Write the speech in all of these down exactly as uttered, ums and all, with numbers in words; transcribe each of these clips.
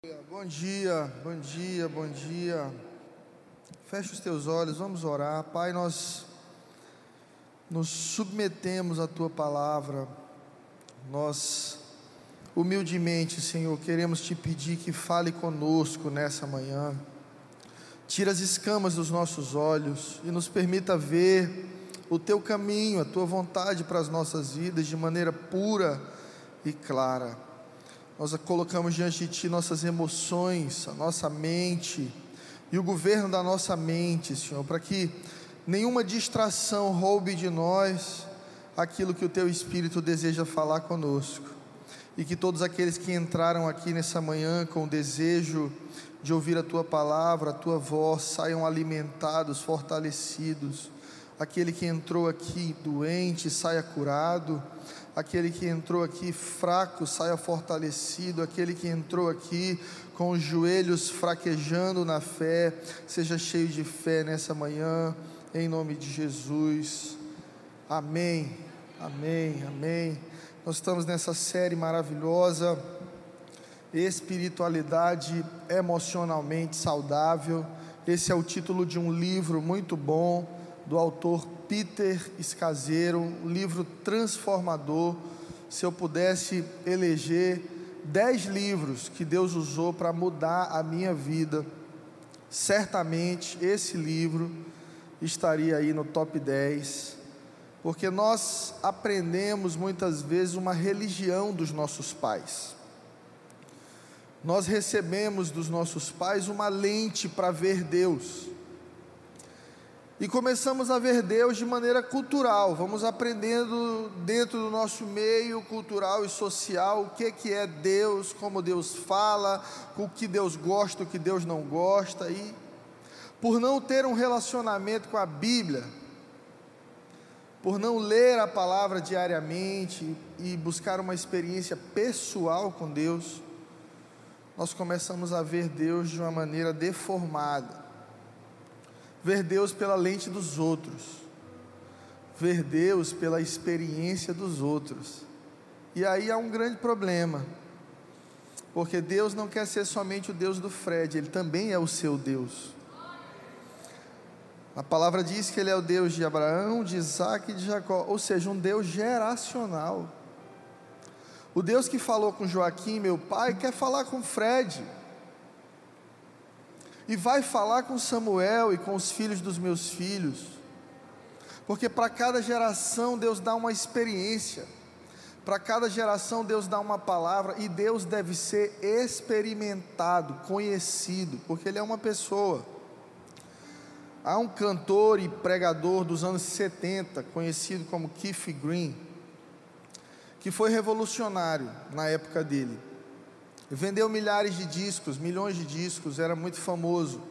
Bom dia, bom dia, bom dia. Feche os teus olhos, vamos orar. Pai, nós nos submetemos à tua palavra. Nós, humildemente, Senhor, queremos te pedir que fale conosco nessa manhã. Tira as escamas dos nossos olhos e nos permita ver o teu caminho, a tua vontade para as nossas vidas de maneira pura e clara. Nós colocamos diante de Ti nossas emoções, a nossa mente e o governo da nossa mente, Senhor, para que nenhuma distração roube de nós aquilo que o Teu Espírito deseja falar conosco, e que todos aqueles que entraram aqui nessa manhã com o desejo de ouvir a Tua palavra, a Tua voz, saiam alimentados, fortalecidos. Aquele que entrou aqui doente, saia curado. Aquele que entrou aqui fraco, saia fortalecido. Aquele que entrou aqui com os joelhos fraquejando na fé, seja cheio de fé nessa manhã, em nome de Jesus. Amém, amém, amém. Nós estamos nessa série maravilhosa, Espiritualidade Emocionalmente Saudável. Esse é o título de um livro muito bom, do autor Peter Scazzero, um livro transformador. Se eu pudesse eleger dez livros que Deus usou para mudar a minha vida, certamente esse livro estaria aí no top dez, porque nós aprendemos muitas vezes uma religião dos nossos pais. Nós recebemos dos nossos pais uma lente para ver Deus, e começamos a ver Deus de maneira cultural. Vamos aprendendo dentro do nosso meio cultural e social o que, que é Deus, como Deus fala, o que Deus gosta, o que Deus não gosta. E por não ter um relacionamento com a Bíblia, por não ler a palavra diariamente e buscar uma experiência pessoal com Deus, nós começamos a ver Deus de uma maneira deformada. Ver Deus pela lente dos outros, ver Deus pela experiência dos outros. E aí há um grande problema, porque Deus não quer ser somente o Deus do Fred, Ele também é o seu Deus. A palavra diz que Ele é o Deus de Abraão, de Isaac e de Jacó, ou seja, um Deus geracional. O Deus que falou com Joaquim, meu pai, quer falar com Fred, e vai falar com Samuel e com os filhos dos meus filhos, porque para cada geração Deus dá uma experiência, para cada geração Deus dá uma palavra, e Deus deve ser experimentado, conhecido, porque Ele é uma pessoa. Há um cantor e pregador dos anos setenta, conhecido como Keith Green, que foi revolucionário na época dele. Vendeu milhares de discos, milhões de discos, era muito famoso.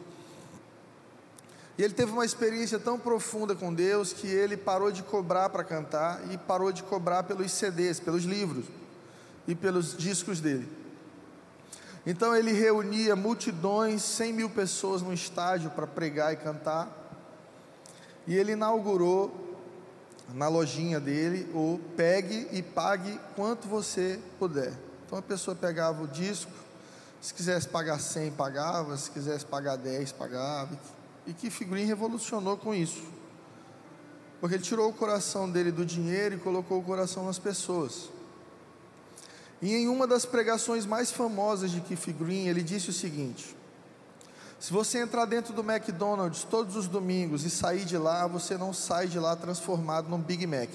E ele teve uma experiência tão profunda com Deus que ele parou de cobrar para cantar e parou de cobrar pelos C Ds, pelos livros e pelos discos dele. Então ele reunia multidões, cem mil pessoas no estádio para pregar e cantar. E ele inaugurou na lojinha dele o pegue e pague quanto você puder. Então a pessoa pegava o disco, se quisesse pagar cem, pagava, se quisesse pagar dez, pagava. E Keith Green revolucionou com isso, porque ele tirou o coração dele do dinheiro e colocou o coração nas pessoas. E em uma das pregações mais famosas de Keith Green, ele disse o seguinte: se você entrar dentro do McDonald's todos os domingos e sair de lá, você não sai de lá transformado num Big Mac.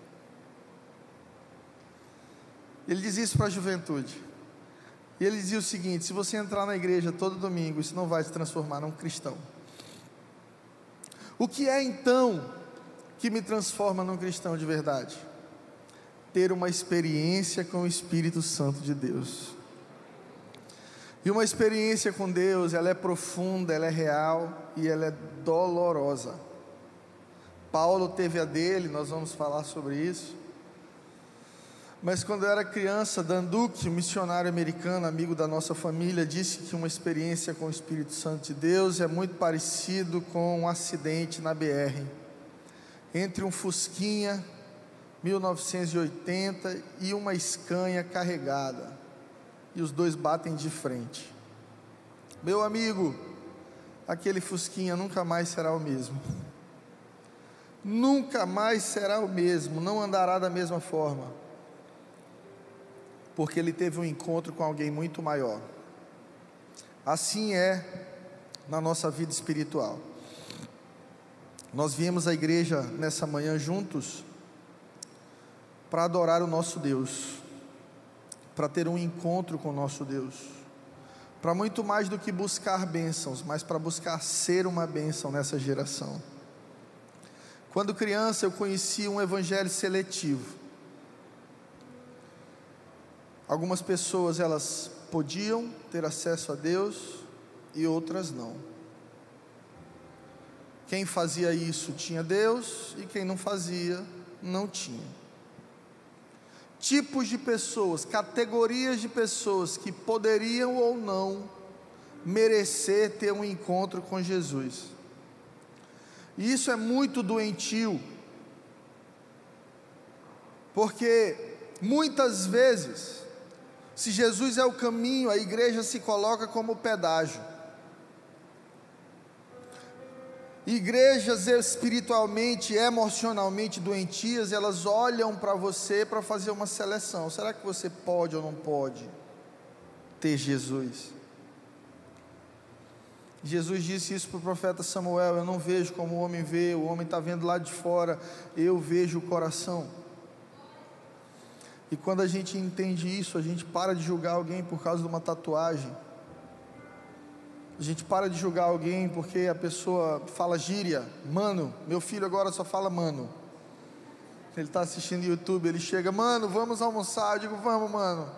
Ele diz isso para a juventude. E ele dizia o seguinte: se você entrar na igreja todo domingo, isso não vai te transformar num cristão. O que é então que me transforma num cristão de verdade? Ter uma experiência com o Espírito Santo de Deus. E uma experiência com Deus, ela é profunda, ela é real e ela é dolorosa. Paulo teve a dele, nós vamos falar sobre isso. Mas quando eu era criança, Dan Duque, um missionário americano, amigo da nossa família, disse que uma experiência com o Espírito Santo de Deus é muito parecido com um acidente na B R, entre um Fusquinha mil novecentos e oitenta e uma Scania carregada, e os dois batem de frente. Meu amigo, aquele fusquinha nunca mais será o mesmo. Nunca mais será o mesmo, não andará da mesma forma, porque ele teve um encontro com alguém muito maior. Assim é na nossa vida espiritual. Nós viemos à igreja nessa manhã juntos para adorar o nosso Deus, para ter um encontro com o nosso Deus, para muito mais do que buscar bênçãos, mas para buscar ser uma bênção nessa geração. Quando criança eu conheci um evangelho seletivo. Algumas pessoas elas podiam ter acesso a Deus e outras não. Quem fazia isso tinha Deus e quem não fazia não tinha. Tipos de pessoas, categorias de pessoas que poderiam ou não merecer ter um encontro com Jesus. E isso é muito doentio, porque muitas vezes, se Jesus é o caminho, a igreja se coloca como pedágio. Igrejas espiritualmente, emocionalmente doentias, elas olham para você para fazer uma seleção. Será que você pode ou não pode ter Jesus? Jesus disse isso para o profeta Samuel: eu não vejo como o homem vê, o homem está vendo lá de fora, eu vejo o coração. E quando a gente entende isso, a gente para de julgar alguém por causa de uma tatuagem. A gente para de julgar alguém porque a pessoa fala gíria. Mano, meu filho agora só fala mano. Ele está assistindo YouTube, ele chega: mano, vamos almoçar. Eu digo: vamos, mano.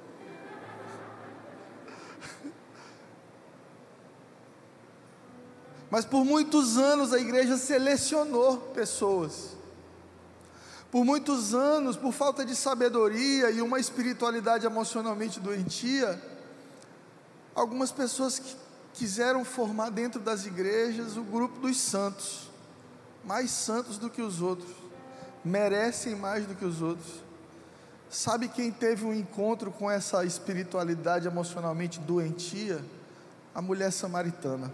Mas por muitos anos a igreja selecionou pessoas. Por muitos anos, por falta de sabedoria e uma espiritualidade emocionalmente doentia, algumas pessoas que quiseram formar dentro das igrejas o grupo dos santos, mais santos do que os outros, merecem mais do que os outros. Sabe quem teve um encontro com essa espiritualidade emocionalmente doentia? A mulher samaritana,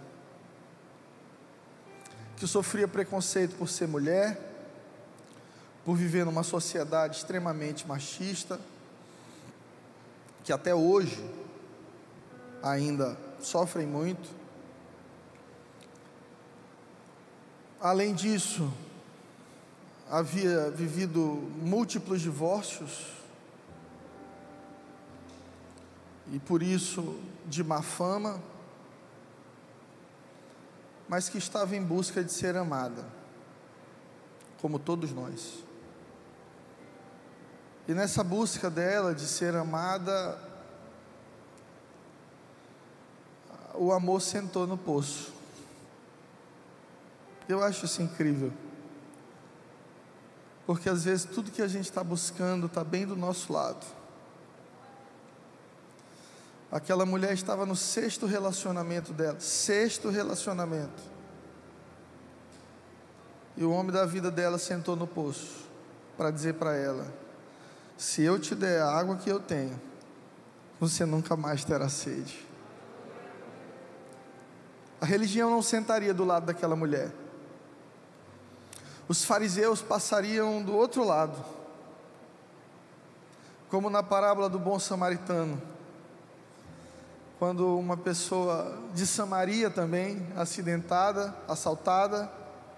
que sofria preconceito por ser mulher, por viver numa sociedade extremamente machista, que até hoje ainda sofrem muito. Além disso, havia vivido múltiplos divórcios, e por isso de má fama, mas que estava em busca de ser amada, como todos nós. E nessa busca dela de ser amada, o amor sentou no poço. Eu acho isso incrível, porque às vezes tudo que a gente está buscando está bem do nosso lado. Aquela mulher estava no sexto relacionamento dela, sexto relacionamento, e o homem da vida dela sentou no poço para dizer para ela: se eu te der a água que eu tenho, você nunca mais terá sede. A religião não sentaria do lado daquela mulher. Os fariseus passariam do outro lado, como na parábola do bom samaritano, quando uma pessoa de Samaria também, acidentada, assaltada,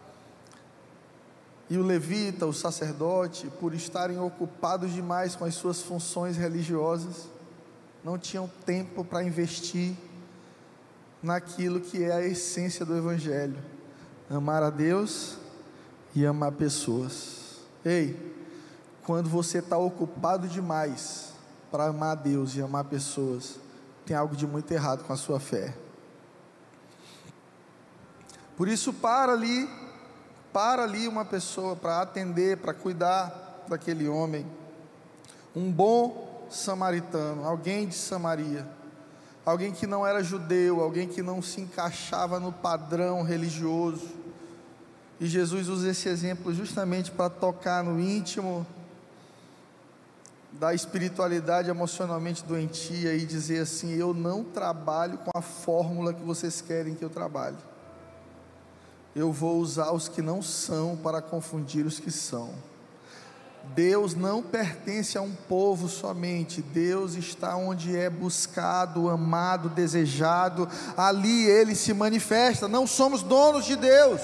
e o levita, o sacerdote, por estarem ocupados demais com as suas funções religiosas, não tinham tempo para investir naquilo que é a essência do Evangelho: amar a Deus e amar pessoas. Ei, quando você está ocupado demais para amar a Deus e amar pessoas, tem algo de muito errado com a sua fé. Por isso, para ali, para ali uma pessoa para atender, para cuidar daquele homem, um bom samaritano, alguém de Samaria, alguém que não era judeu, alguém que não se encaixava no padrão religioso. E Jesus usa esse exemplo justamente para tocar no íntimo da espiritualidade emocionalmente doentia e dizer assim: eu não trabalho com a fórmula que vocês querem que eu trabalhe, eu vou usar os que não são para confundir os que são. Deus não pertence a um povo somente, Deus está onde é buscado, amado, desejado, ali Ele se manifesta. Não somos donos de Deus,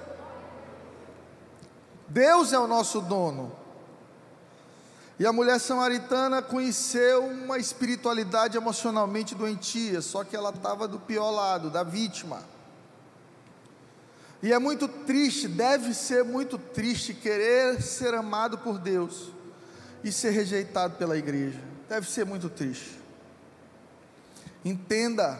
Deus é o nosso dono. E a mulher samaritana conheceu uma espiritualidade emocionalmente doentia, só que ela estava do pior lado, da vítima. E é muito triste, deve ser muito triste querer ser amado por Deus e ser rejeitado pela igreja. Deve ser muito triste. Entenda,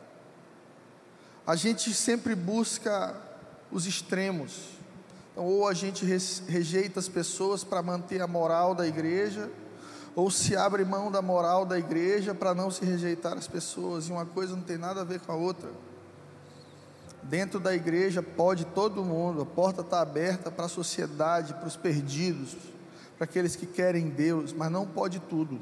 a gente sempre busca os extremos. Então, ou a gente rejeita as pessoas para manter a moral da igreja, ou se abre mão da moral da igreja para não se rejeitar as pessoas, e uma coisa não tem nada a ver com a outra. Dentro da igreja pode todo mundo, a porta está aberta para a sociedade, para os perdidos, para aqueles que querem Deus, mas não pode tudo,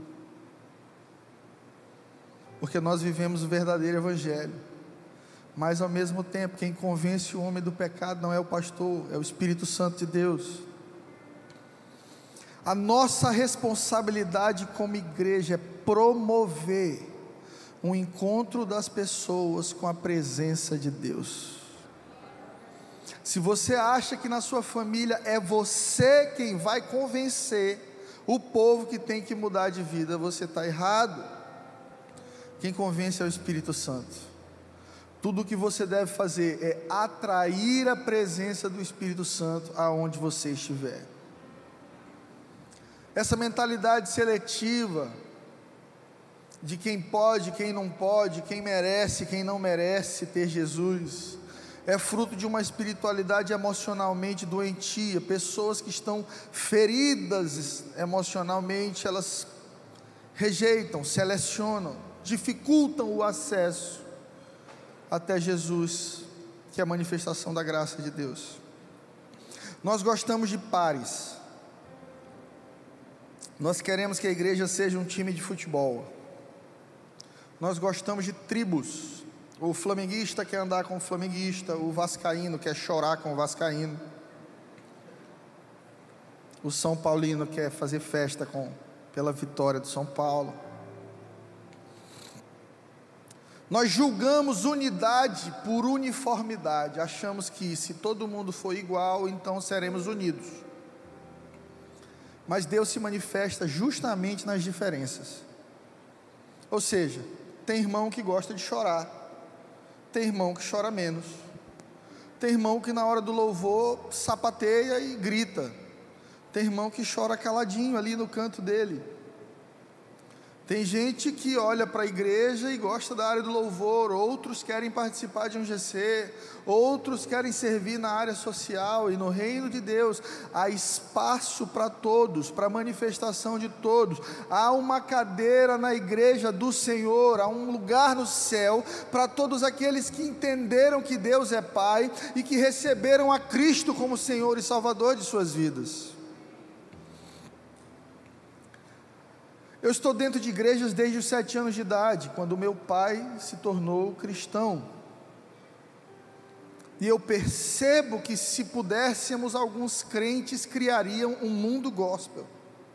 porque nós vivemos o verdadeiro evangelho. Mas ao mesmo tempo, quem convence o homem do pecado não é o pastor, é o Espírito Santo de Deus. A nossa responsabilidade como igreja é promover um encontro das pessoas com a presença de Deus. Se você acha que na sua família é você quem vai convencer o povo que tem que mudar de vida, você está errado. Quem convence é o Espírito Santo. Tudo o que você deve fazer é atrair a presença do Espírito Santo aonde você estiver. Essa mentalidade seletiva de quem pode, quem não pode, quem merece, quem não merece ter Jesus, é fruto de uma espiritualidade emocionalmente doentia. Pessoas que estão feridas emocionalmente, elas rejeitam, selecionam, dificultam o acesso até Jesus, que é a manifestação da graça de Deus. Nós gostamos de pares. Nós queremos que a igreja seja um time de futebol. Nós gostamos de tribos. O flamenguista quer andar com o flamenguista, o vascaíno quer chorar com o vascaíno, o São Paulino quer fazer festa com, pela vitória do São Paulo. Nós julgamos unidade por uniformidade, achamos que se todo mundo for igual, então seremos unidos. Mas Deus se manifesta justamente nas diferenças. Ou seja, tem irmão que gosta de chorar, tem irmão que chora menos, tem irmão que na hora do louvor sapateia e grita, tem irmão que chora caladinho ali no canto dele. Tem gente que olha para a igreja e gosta da área do louvor, outros querem participar de um G C, outros querem servir na área social. E no reino de Deus há espaço para todos, para a manifestação de todos. Há uma cadeira na igreja do Senhor, há um lugar no céu para todos aqueles que entenderam que Deus é Pai e que receberam a Cristo como Senhor e Salvador de suas vidas. Eu estou dentro de igrejas desde os sete anos de idade, quando meu pai se tornou cristão. E eu percebo que se pudéssemos, alguns crentes criariam um mundo gospel,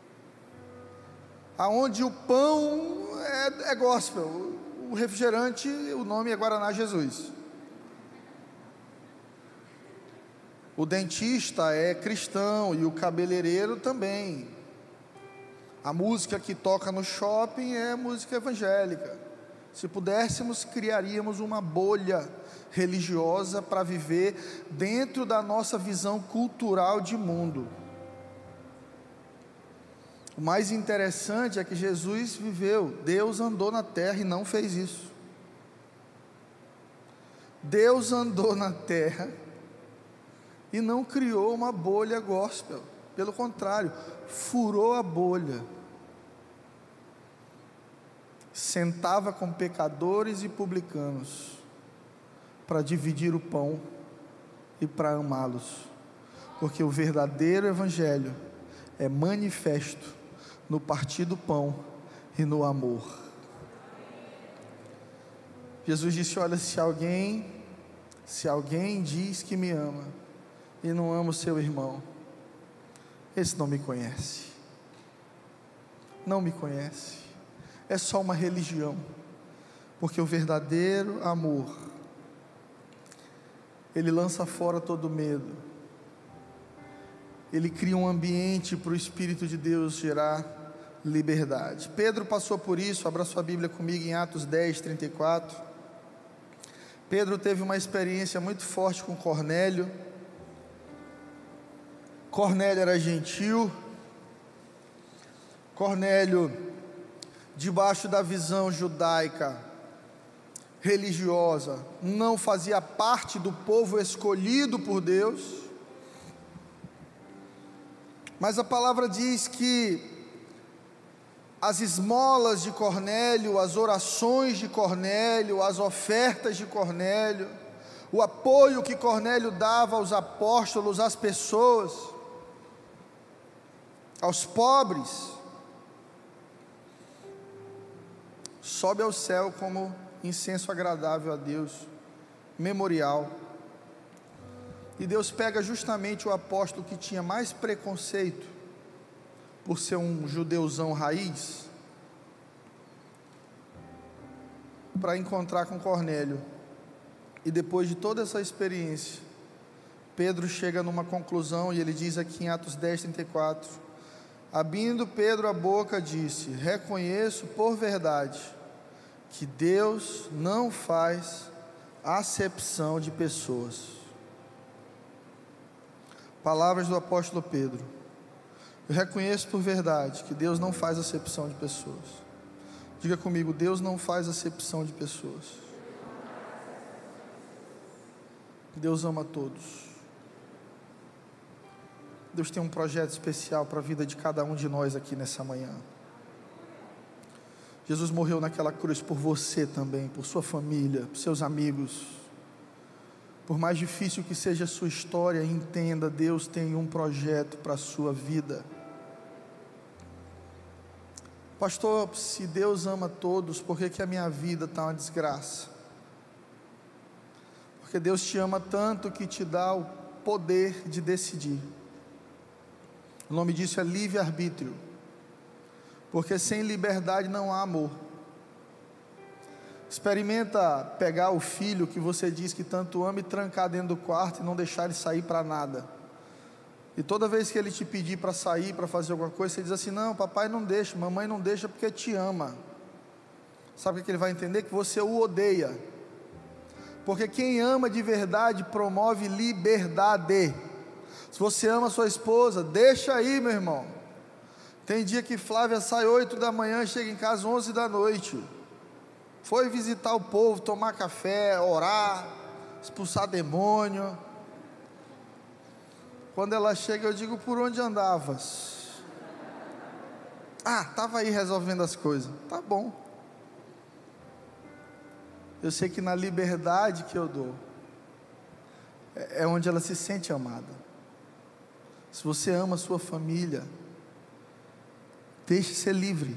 aonde o pão é, é gospel, o refrigerante, o nome é Guaraná Jesus. O dentista é cristão e o cabeleireiro também. A música que toca no shopping é música evangélica. Se pudéssemos, criaríamos uma bolha religiosa para viver dentro da nossa visão cultural de mundo. O mais interessante é que Jesus viveu, Deus andou na terra e não fez isso. Deus andou na terra e não criou uma bolha gospel. Pelo contrário, furou a bolha, sentava com pecadores e publicanos, para dividir o pão e para amá-los, porque o verdadeiro evangelho é manifesto no partir do pão e no amor. Jesus disse: olha, se alguém, se alguém diz que me ama e não ama o seu irmão, esse não me conhece, não me conhece, é só uma religião, porque o verdadeiro amor, ele lança fora todo medo, ele cria um ambiente para o Espírito de Deus gerar liberdade. Pedro passou por isso. Abra sua Bíblia comigo em Atos dez, trinta e quatro. Pedro teve uma experiência muito forte com Cornélio. Cornélio era gentil. Cornélio, debaixo da visão judaica, religiosa, não fazia parte do povo escolhido por Deus. Mas a palavra diz que as esmolas de Cornélio, as orações de Cornélio, as ofertas de Cornélio, o apoio que Cornélio dava aos apóstolos, às pessoas, aos pobres, sobe ao céu como incenso agradável a Deus, memorial. E Deus pega justamente o apóstolo que tinha mais preconceito, por ser um judeuzão raiz, para encontrar com Cornélio. E depois de toda essa experiência, Pedro chega numa conclusão, e ele diz aqui em Atos dez, trinta e quatro: abrindo Pedro a boca, disse: reconheço por verdade que Deus não faz acepção de pessoas. Palavras do apóstolo Pedro. Eu reconheço por verdade que Deus não faz acepção de pessoas. Diga comigo: Deus não faz acepção de pessoas. Deus ama todos. Deus tem um projeto especial para a vida de cada um de nós aqui nessa manhã. Jesus morreu naquela cruz por você também, por sua família, por seus amigos. Por mais difícil que seja a sua história, entenda, Deus tem um projeto para a sua vida. Pastor, se Deus ama todos, por que que a minha vida está uma desgraça? Porque Deus te ama tanto que te dá o poder de decidir. O nome disso é livre-arbítrio. Porque sem liberdade não há amor. Experimenta pegar o filho que você diz que tanto ama e trancar dentro do quarto e não deixar ele sair para nada. E toda vez que ele te pedir para sair, para fazer alguma coisa, você diz assim: não, papai não deixa, mamãe não deixa porque te ama. Sabe o que ele vai entender? Que você o odeia. Porque quem ama de verdade promove liberdade. Se você ama sua esposa, deixa aí, meu irmão. Tem dia que Flávia sai oito da manhã e chega em casa onze da noite. Foi visitar o povo, tomar café, orar, expulsar demônio. Quando ela chega, eu digo: por onde andavas? Ah, estava aí resolvendo as coisas. Tá bom. Eu sei que na liberdade que eu dou, é onde ela se sente amada. Se você ama a sua família, deixe ser livre.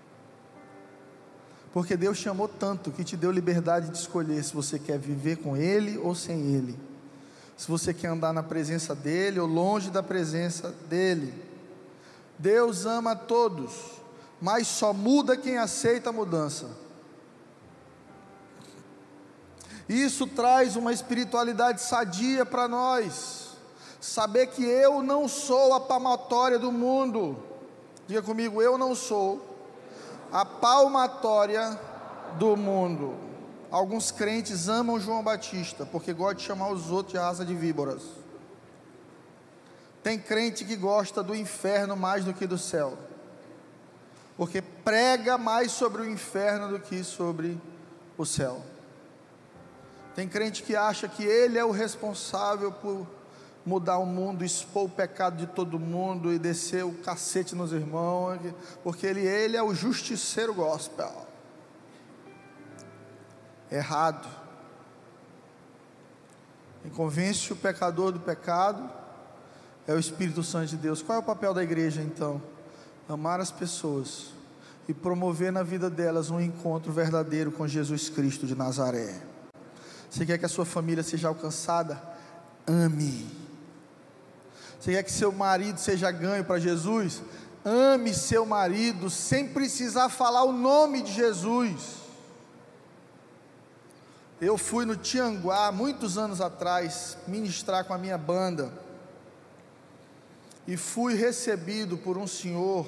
Porque Deus te amou tanto que te deu liberdade de escolher se você quer viver com Ele ou sem Ele, se você quer andar na presença dEle ou longe da presença dEle. Deus ama a todos, mas só muda quem aceita a mudança. Isso traz uma espiritualidade sadia para nós, saber que eu não sou a palmatória do mundo. Diga comigo: eu não sou a palmatória do mundo. Alguns crentes amam João Batista porque gosta de chamar os outros de raça de víboras. Tem crente que gosta do inferno mais do que do céu, porque prega mais sobre o inferno do que sobre o céu. Tem crente que acha que ele é o responsável por mudar o mundo, expor o pecado de todo mundo e descer o cacete nos irmãos, porque ele, ele é o justiceiro gospel. Errado. Quem convence o pecador do pecado é o Espírito Santo de Deus. Qual é o papel da igreja então? amar as pessoas e promover na vida delas um encontro verdadeiro com Jesus Cristo de Nazaré. Você quer que a sua família seja alcançada? Ame. Você quer que seu marido seja ganho para Jesus? Ame seu marido sem precisar falar o nome de Jesus. Eu fui no Tianguá, muitos anos atrás, ministrar com a minha banda, e fui recebido por um senhor,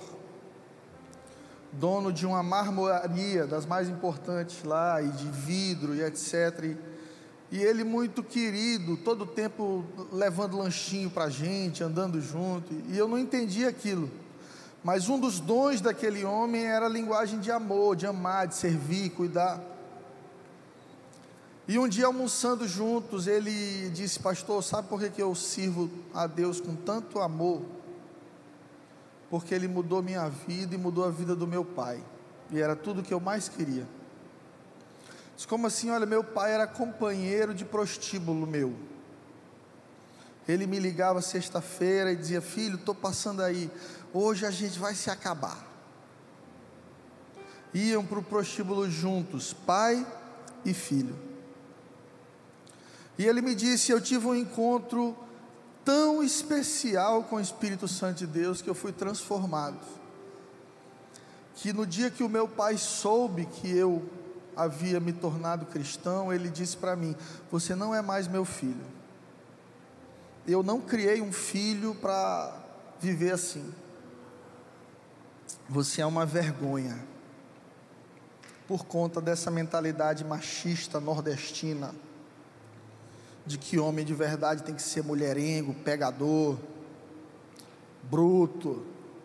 dono de uma marmoraria, das mais importantes lá, e de vidro e etcétera, e, e ele muito querido, todo o tempo levando lanchinho para a gente, andando junto, e eu não entendi aquilo, mas um dos dons daquele homem era a linguagem de amor, de amar, de servir, cuidar. E um dia, almoçando juntos, ele disse: pastor, sabe por que que eu sirvo a Deus com tanto amor? Porque Ele mudou minha vida e mudou a vida do meu pai, e era tudo o que eu mais queria. Disse: como assim? Olha, meu pai era companheiro de prostíbulo meu. Ele me ligava sexta-feira e dizia: filho, estou passando aí, hoje a gente vai se acabar. Iam para o prostíbulo juntos, pai e filho. E ele me disse: eu tive um encontro tão especial com o Espírito Santo de Deus, que eu fui transformado, que no dia que o meu pai soube que eu havia me tornado cristão, ele disse para mim: você não é mais meu filho. Eu não criei um filho para viver assim. Você é uma vergonha, por conta dessa mentalidade machista nordestina, de que homem de verdade tem que ser mulherengo, pegador, bruto.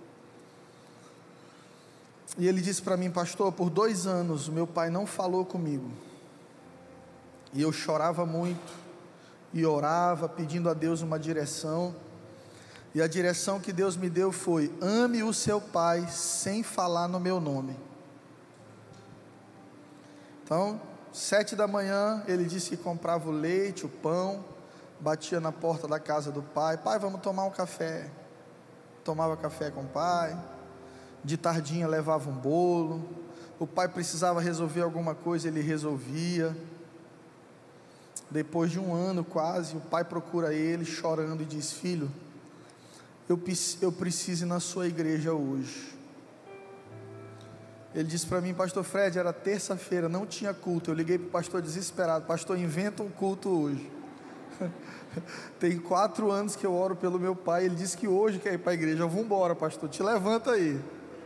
E ele disse para mim: pastor, por dois anos meu pai não falou comigo, e eu chorava muito, e orava, pedindo a Deus uma direção, e a direção que Deus me deu foi: ame o seu pai sem falar no meu nome. Então, sete da manhã, ele disse que comprava o leite, o pão, batia na porta da casa do pai: pai, vamos tomar um café. Tomava café com o pai. De tardinha levava um bolo. O pai precisava resolver alguma coisa, ele resolvia. Depois de um ano quase, o pai procura ele chorando e diz: filho, eu, eu preciso ir na sua igreja hoje. Ele disse para mim: pastor Fred, era terça-feira, não tinha culto. Eu liguei para o pastor desesperado: pastor, inventa um culto hoje. Tem quatro anos que eu oro pelo meu pai, ele disse que hoje quer ir para a igreja. Vamos embora, pastor, te levanta aí.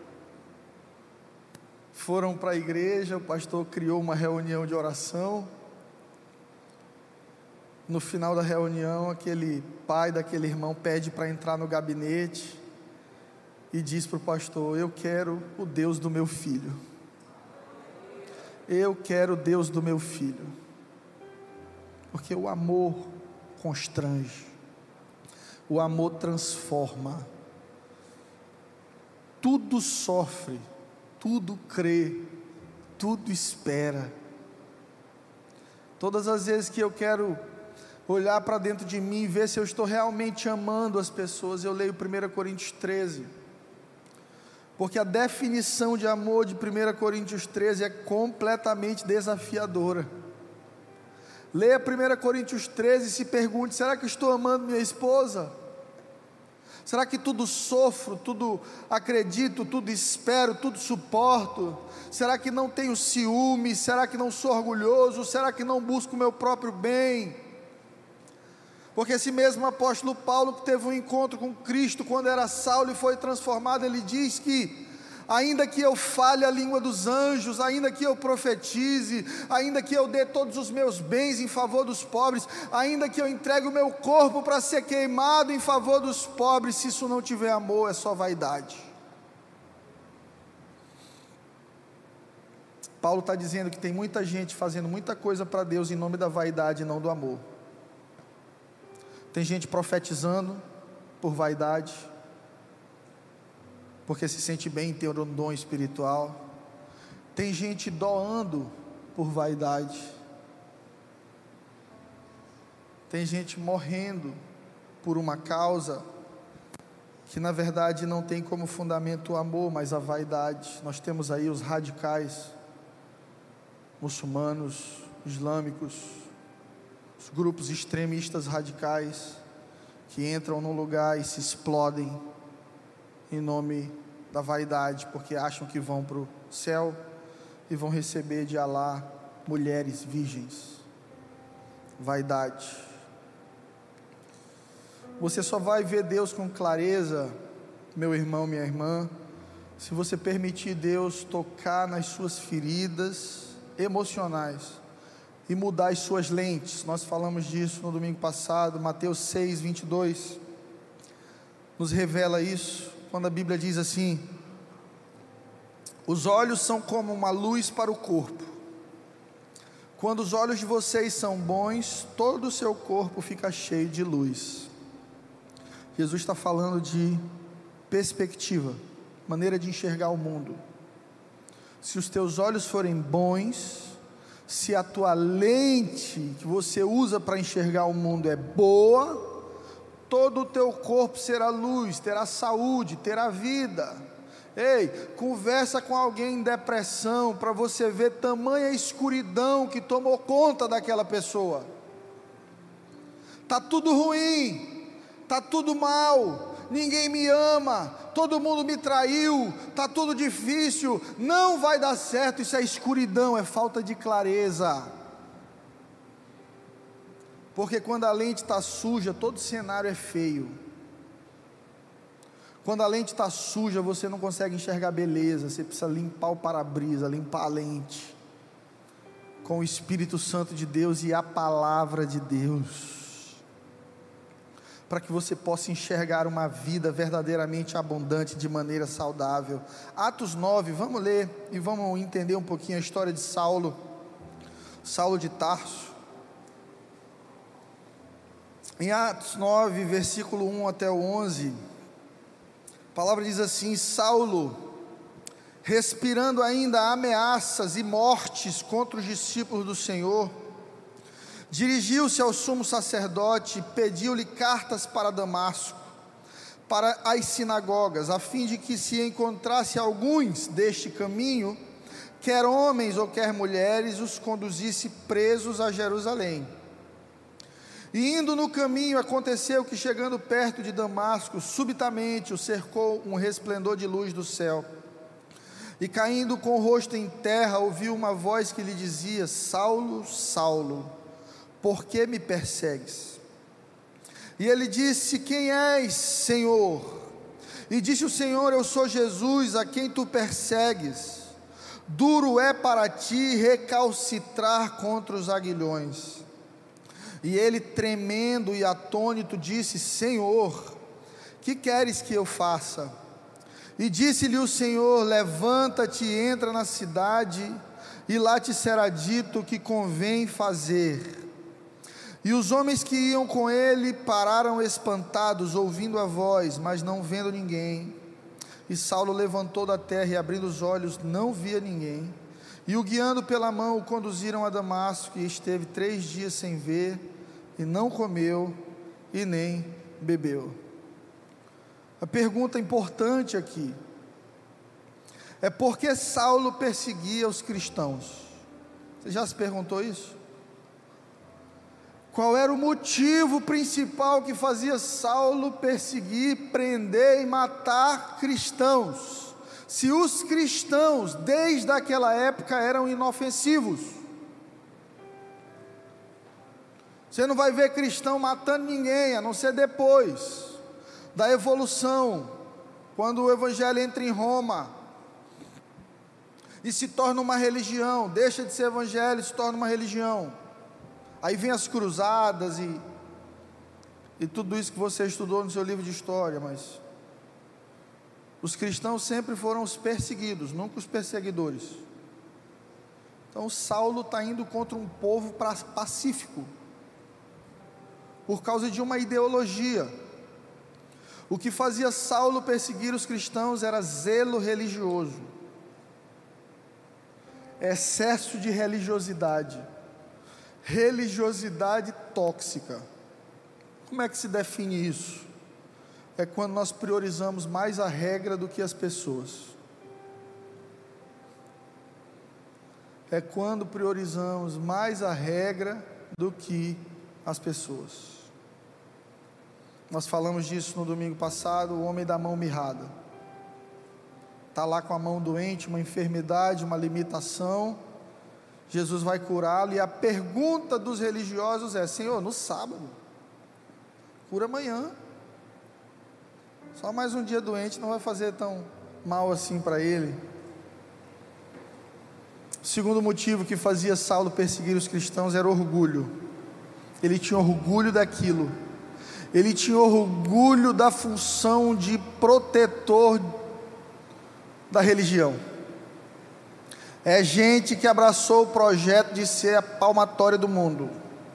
Foram para a igreja, o pastor criou uma reunião de oração. No final da reunião, aquele pai daquele irmão pede para entrar no gabinete e diz para o pastor: eu quero o Deus do meu filho. Eu quero o Deus do meu filho. Porque o amor constrange, o amor transforma, tudo sofre, tudo crê, tudo espera. Todas as vezes que eu quero olhar para dentro de mim e ver se eu estou realmente amando as pessoas, eu leio primeira Coríntios treze, porque a definição de amor de primeira Coríntios treze é completamente desafiadora. Leia primeira Coríntios treze e se pergunte: será que estou amando minha esposa? Será que tudo sofro, tudo acredito, tudo espero, tudo suporto? Será que não tenho ciúme? Será que não sou orgulhoso? Será que não busco o meu próprio bem? Porque esse mesmo apóstolo Paulo, que teve um encontro com Cristo quando era Saulo e foi transformado, ele diz que: ainda que eu fale a língua dos anjos, ainda que eu profetize, ainda que eu dê todos os meus bens em favor dos pobres, ainda que eu entregue o meu corpo para ser queimado em favor dos pobres, se isso não tiver amor, é só vaidade. Paulo está dizendo que tem muita gente fazendo muita coisa para Deus em nome da vaidade e não do amor. Tem gente profetizando por vaidade, porque se sente bem em ter um dom espiritual. Tem gente doando por vaidade. Tem gente morrendo por uma causa que na verdade não tem como fundamento o amor, mas a vaidade. Nós temos aí os radicais, muçulmanos, islâmicos, os grupos extremistas radicais, que entram num lugar e se explodem em nome da vaidade, porque acham que vão para o céu e vão receber de Alá mulheres virgens. Vaidade. Você só vai ver Deus com clareza, meu irmão, minha irmã, se você permitir Deus tocar nas suas feridas emocionais e mudar as suas lentes. Nós falamos disso no domingo passado. Mateus seis, vinte e dois nos revela isso, quando a Bíblia diz assim: os olhos são como uma luz para o corpo. Quando os olhos de vocês são bons, todo o seu corpo fica cheio de luz. Jesus está falando de perspectiva, maneira de enxergar o mundo. Se os teus olhos forem bons, se a tua lente que você usa para enxergar o mundo é boa, todo o teu corpo será luz, terá saúde, terá vida. Ei, conversa com alguém em depressão para você ver tamanha escuridão que tomou conta daquela pessoa. Está tudo ruim, está tudo mal, ninguém me ama, todo mundo me traiu, está tudo difícil, não vai dar certo. Isso é escuridão, é falta de clareza. Porque quando a lente está suja, todo cenário é feio. Quando a lente está suja, você não consegue enxergar beleza. Você precisa limpar o para-brisa, limpar a lente com o Espírito Santo de Deus e a palavra de Deus, para que você possa enxergar uma vida verdadeiramente abundante, de maneira saudável. Atos nove, vamos ler e vamos entender um pouquinho a história de Saulo, Saulo de Tarso. Em Atos nove, versículo um até o onze, a palavra diz assim: Saulo, respirando ainda ameaças e mortes contra os discípulos do Senhor, dirigiu-se ao sumo sacerdote e pediu-lhe cartas para Damasco, para as sinagogas, a fim de que se encontrasse alguns deste caminho, quer homens ou quer mulheres, os conduzisse presos a Jerusalém. E indo no caminho, aconteceu que, chegando perto de Damasco, subitamente o cercou um resplendor de luz do céu, e caindo com o rosto em terra, ouviu uma voz que lhe dizia: Saulo, Saulo, por que me persegues? E ele disse: quem és, Senhor? E disse o Senhor: eu sou Jesus, a quem tu persegues. Duro é para ti recalcitrar contra os aguilhões. E ele, tremendo e atônito, disse: Senhor, que queres que eu faça? E disse-lhe o Senhor: levanta-te e entra na cidade, e lá te será dito o que convém fazer. E os homens que iam com ele pararam espantados, ouvindo a voz, mas não vendo ninguém. E Saulo levantou da terra e, abrindo os olhos, não via ninguém. E o guiando pela mão, o conduziram a Damasco, e esteve três dias sem ver, e não comeu, e nem bebeu. A pergunta importante aqui é: por que Saulo perseguia os cristãos? Você já se perguntou isso? Qual era o motivo principal que fazia Saulo perseguir, prender e matar cristãos? Se os cristãos, desde aquela época, eram inofensivos. Você não vai ver cristão matando ninguém, a não ser depois da evolução, quando o evangelho entra em Roma e se torna uma religião, deixa de ser evangelho e se torna uma religião. Aí vem as cruzadas e, e tudo isso que você estudou no seu livro de história, mas os cristãos sempre foram os perseguidos, nunca os perseguidores. Então Saulo está indo contra um povo pacífico, por causa de uma ideologia. O que fazia Saulo perseguir os cristãos era zelo religioso, excesso de religiosidade, religiosidade tóxica. Como é que se define isso? é quando nós priorizamos mais a regra do que as pessoas. É quando priorizamos mais a regra do que as pessoas. Nós falamos disso no domingo passado, o homem da mão mirrada. Está lá com a mão doente, uma enfermidade, uma limitação. Jesus vai curá-lo e a pergunta dos religiosos é: Senhor, no sábado, cura amanhã. Só mais um dia doente não vai fazer tão mal assim para ele. O segundo motivo que fazia Saulo perseguir os cristãos era orgulho. Ele tinha orgulho daquilo. Ele tinha orgulho da função de protetor da religião. É gente que abraçou o projeto de ser a palmatória do mundo.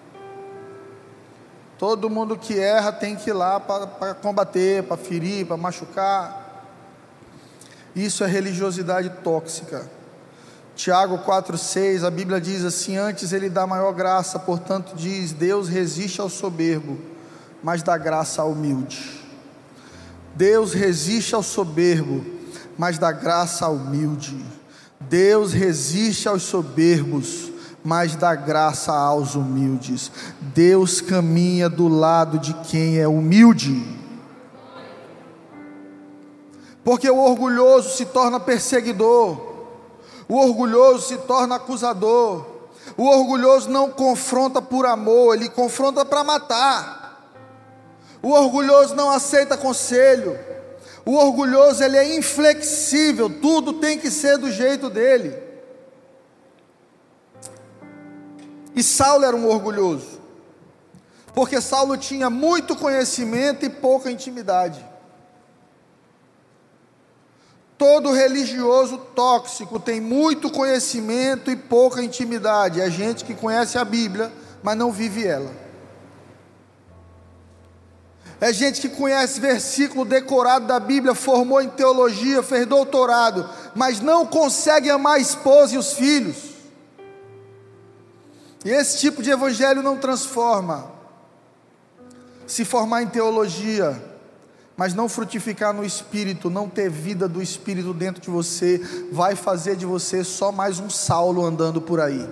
Todo mundo que erra tem que ir lá para combater, para ferir, para machucar. Isso é religiosidade tóxica. Tiago quatro, seis, a Bíblia diz assim: antes ele dá maior graça, portanto diz, Deus resiste ao soberbo, mas dá graça ao humilde. Deus resiste ao soberbo, mas dá graça ao humilde. Deus resiste aos soberbos, mas dá graça aos humildes. Deus caminha do lado de quem é humilde. Porque o orgulhoso se torna perseguidor, o orgulhoso se torna acusador, o orgulhoso não confronta por amor, ele confronta para matar. O orgulhoso não aceita conselho, o orgulhoso ele é inflexível, tudo tem que ser do jeito dele. E Saulo era um orgulhoso, porque Saulo tinha muito conhecimento e pouca intimidade. Todo religioso tóxico tem muito conhecimento e pouca intimidade. É gente que conhece a Bíblia, mas não vive ela. É gente que conhece versículo decorado da Bíblia, formou em teologia, fez doutorado, mas não consegue amar a esposa e os filhos. E esse tipo de evangelho não transforma. Se formar em teologia, mas não frutificar no Espírito, não ter vida do Espírito dentro de você, vai fazer de você só mais um Saulo andando por aí.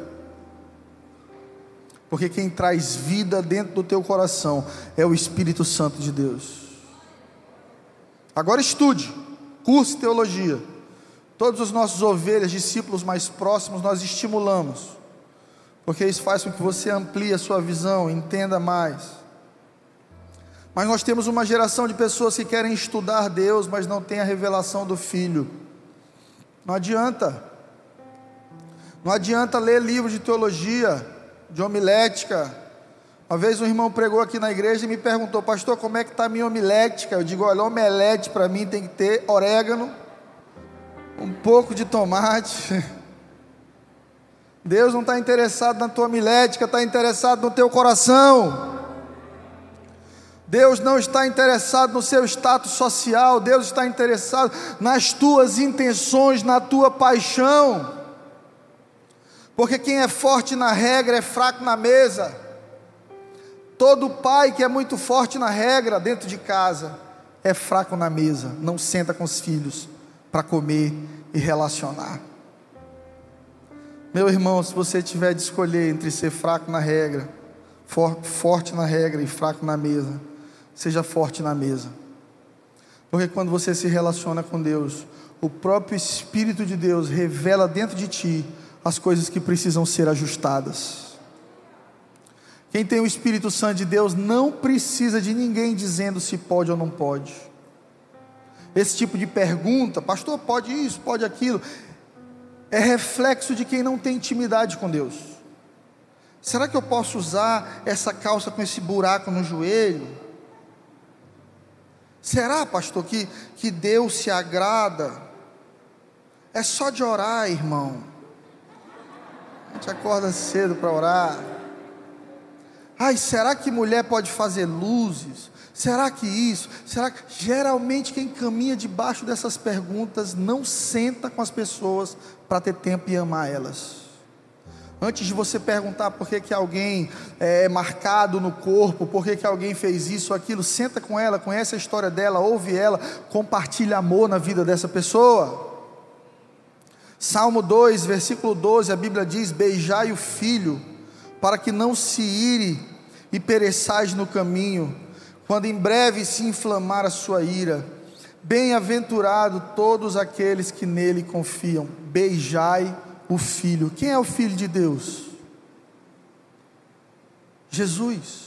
Porque quem traz vida dentro do teu coração é o Espírito Santo de Deus. Agora estude, curse teologia. Todos os nossos ovelhas, discípulos mais próximos, nós estimulamos, porque isso faz com que você amplie a sua visão, entenda mais. Mas nós temos uma geração de pessoas que querem estudar Deus, mas não tem a revelação do Filho. Não adianta. Não adianta ler livros de teologia, de homilética. Uma vez um irmão pregou aqui na igreja e me perguntou: pastor, como é que está a minha homilética? Eu digo: olha, omelete para mim tem que ter orégano, um pouco de tomate. Deus não está interessado na tua homilética, está interessado no teu coração. Deus não está interessado no seu status social, Deus está interessado nas tuas intenções, na tua paixão. Porque quem é forte na regra é fraco na mesa. Todo pai que é muito forte na regra dentro de casa é fraco na mesa, não senta com os filhos para comer e relacionar. Meu irmão, se você tiver de escolher entre ser fraco na regra, for, forte na regra e fraco na mesa, seja forte na mesa. Porque quando você se relaciona com Deus, o próprio Espírito de Deus revela dentro de ti as coisas que precisam ser ajustadas. Quem tem o Espírito Santo de Deus não precisa de ninguém dizendo se pode ou não pode. Esse tipo de pergunta: pastor, pode isso, pode aquilo, é reflexo de quem não tem intimidade com Deus. Será que eu posso usar essa calça com esse buraco no joelho? Será, pastor, que, que Deus se agrada? É só de orar, irmão. A gente acorda cedo para orar. Ai, será que mulher pode fazer luzes? Será que isso? Será que... Geralmente quem caminha debaixo dessas perguntas não senta com as pessoas para ter tempo e amar elas. Antes de você perguntar por que, que alguém é marcado no corpo, por que, que alguém fez isso ou aquilo, senta com ela, conhece a história dela, ouve ela, compartilha amor na vida dessa pessoa. Salmo dois, versículo doze, a Bíblia diz: beijai o filho, para que não se ire e pereçais no caminho, quando em breve se inflamar a sua ira. Bem-aventurado todos aqueles que nele confiam. Beijai o Filho. Quem é o Filho de Deus? Jesus.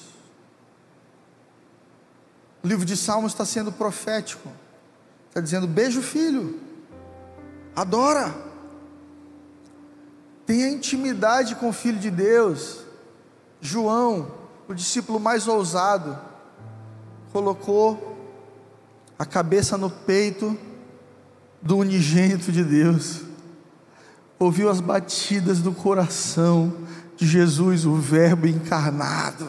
O livro de Salmos está sendo profético. Está dizendo: beija o Filho, adora, tenha intimidade com o Filho de Deus. João, o discípulo mais ousado, colocou a cabeça no peito do unigênito de Deus, ouviu as batidas do coração de Jesus, o Verbo encarnado.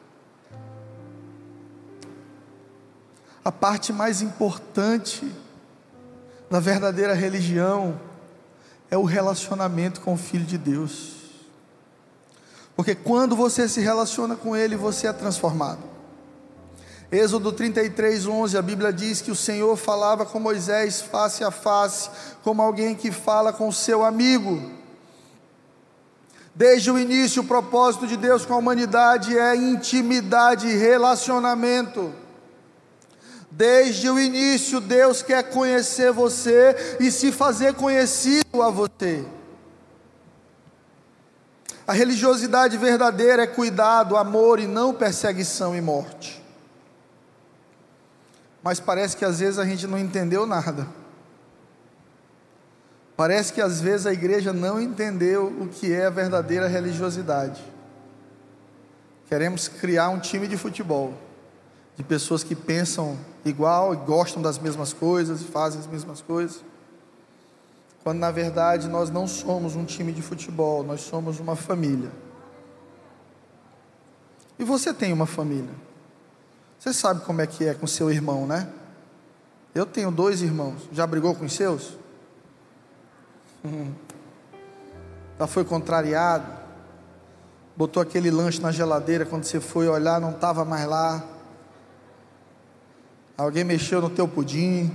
A parte mais importante da verdadeira religião é o relacionamento com o Filho de Deus, porque quando você se relaciona com Ele, você é transformado. Êxodo trinta e três, onze, a Bíblia diz que o Senhor falava com Moisés face a face, como alguém que fala com seu amigo. Desde o início, o propósito de Deus com a humanidade é intimidade e relacionamento. Desde o início, Deus quer conhecer você e se fazer conhecido a você. A religiosidade verdadeira é cuidado, amor e não perseguição e morte. Mas parece que às vezes a gente não entendeu nada. Parece que às vezes a igreja não entendeu o que é a verdadeira religiosidade. Queremos criar um time de futebol, de pessoas que pensam igual, e gostam das mesmas coisas, e fazem as mesmas coisas, quando na verdade nós não somos um time de futebol, nós somos uma família. E você tem uma família. Você sabe como é que é com seu irmão, né? Eu tenho dois irmãos. Já brigou com os seus? Hum. Já foi contrariado? Botou aquele lanche na geladeira, quando você foi olhar não estava mais lá? Alguém mexeu no teu pudim?